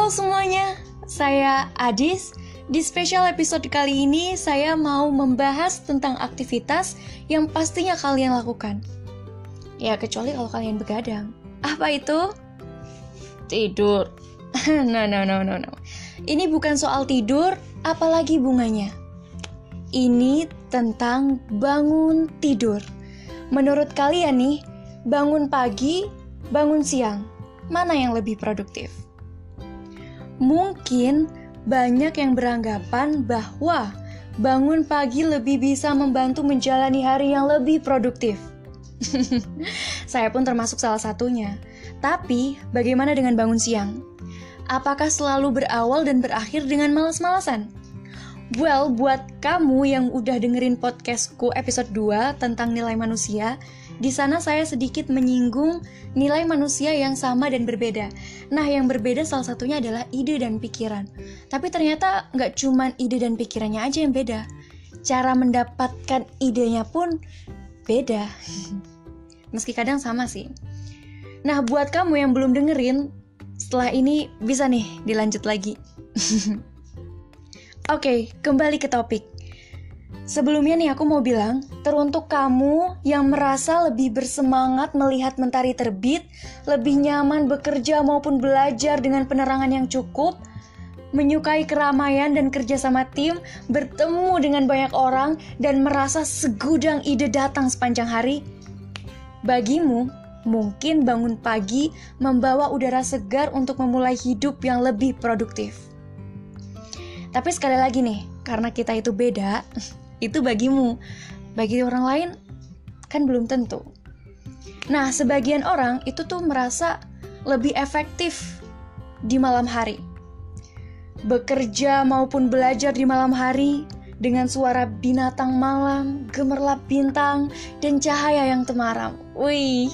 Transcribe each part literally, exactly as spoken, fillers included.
Halo semuanya, saya Adis. Di special episode kali ini saya mau membahas tentang aktivitas yang pastinya kalian lakukan. Ya kecuali kalau kalian begadang. Apa itu? Tidur. No, no, no, no, no. Ini bukan soal tidur, apalagi bunganya. Ini tentang bangun tidur. Menurut kalian nih, bangun pagi, bangun siang, mana yang lebih produktif? Mungkin banyak yang beranggapan bahwa bangun pagi lebih bisa membantu menjalani hari yang lebih produktif. Saya pun termasuk salah satunya. Tapi, bagaimana dengan bangun siang? Apakah selalu berawal dan berakhir dengan malas-malasan? Well, buat kamu yang udah dengerin podcastku episode dua tentang nilai manusia, di sana saya sedikit menyinggung nilai manusia yang sama dan berbeda. Nah, yang berbeda salah satunya adalah ide dan pikiran. Tapi ternyata nggak cuma ide dan pikirannya aja yang beda. Cara mendapatkan idenya pun beda. Meski kadang sama sih. Nah, buat kamu yang belum dengerin, setelah ini bisa nih dilanjut lagi. Oke, okay, kembali ke topik. Sebelumnya nih aku mau bilang, teruntuk kamu yang merasa lebih bersemangat melihat mentari terbit, lebih nyaman bekerja maupun belajar dengan penerangan yang cukup, menyukai keramaian dan kerja sama tim, bertemu dengan banyak orang, dan merasa segudang ide datang sepanjang hari. Bagimu, mungkin bangun pagi membawa udara segar untuk memulai hidup yang lebih produktif. Tapi sekali lagi nih, karena kita itu beda, itu bagimu. Bagi orang lain, kan belum tentu. Nah, sebagian orang itu tuh merasa lebih efektif di malam hari. Bekerja maupun belajar di malam hari, dengan suara binatang malam, gemerlap bintang, dan cahaya yang temaram. Wih.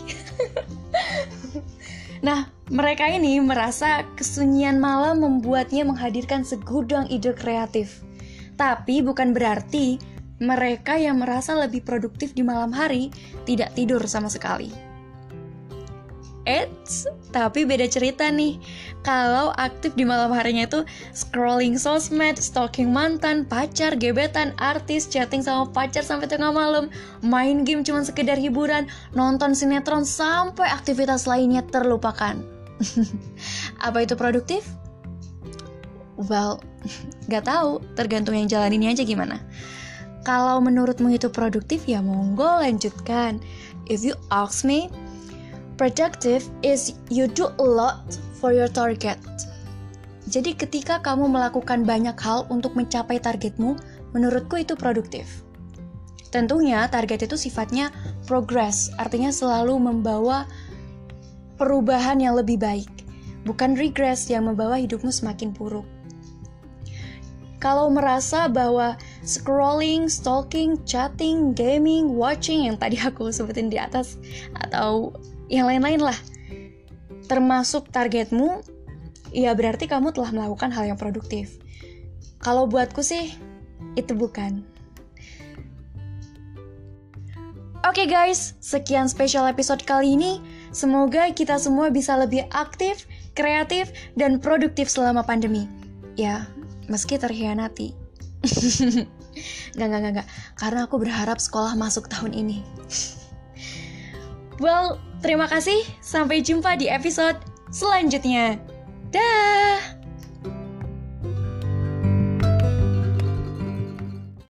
Nah, mereka ini merasa kesunyian malam membuatnya menghadirkan segudang ide kreatif. Tapi bukan berarti mereka yang merasa lebih produktif di malam hari tidak tidur sama sekali. Eits, tapi beda cerita nih. Kalau aktif di malam harinya itu scrolling sosmed, stalking mantan, pacar, gebetan, artis, chatting sama pacar sampai tengah malam, main game cuma sekedar hiburan, nonton sinetron sampai aktivitas lainnya terlupakan. Apa itu produktif? Well, gak tahu, tergantung yang jalaninnya aja gimana. Kalau menurutmu itu produktif, ya monggo lanjutkan. If you ask me, productive is you do a lot for your target. Jadi ketika kamu melakukan banyak hal untuk mencapai targetmu, menurutku itu produktif. Tentunya target itu sifatnya progress, artinya selalu membawa perubahan yang lebih baik, bukan regress yang membawa hidupmu semakin buruk. Kalau merasa bahwa scrolling, stalking, chatting, gaming, watching yang tadi aku sebutin di atas, atau yang lain-lain lah, termasuk targetmu, ya berarti kamu telah melakukan hal yang produktif. Kalau buatku sih, itu bukan. Oke okay guys, sekian special episode kali ini. Semoga kita semua bisa lebih aktif, kreatif, dan produktif selama pandemi. Ya, meski terhianati. Gak, gak, gak, gak. Karena aku berharap sekolah masuk tahun ini. Well, terima kasih. Sampai jumpa di episode selanjutnya. Dah.